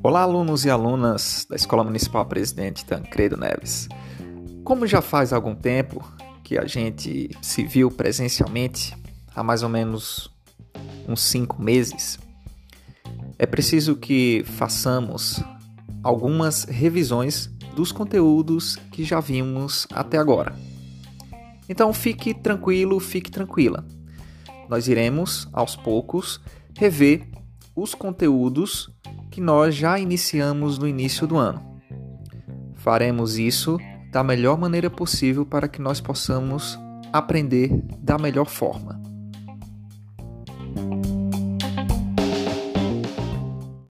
Olá, alunos e alunas da Escola Municipal Presidente Tancredo Neves. Como já faz algum tempo que a gente se viu presencialmente, há mais ou menos uns 5 meses, é preciso que façamos algumas revisões dos conteúdos que já vimos até agora. Então fique tranquilo, fique tranquila. Nós iremos, aos poucos, rever os conteúdos que nós já iniciamos no início do ano. Faremos isso da melhor maneira possível para que nós possamos aprender da melhor forma.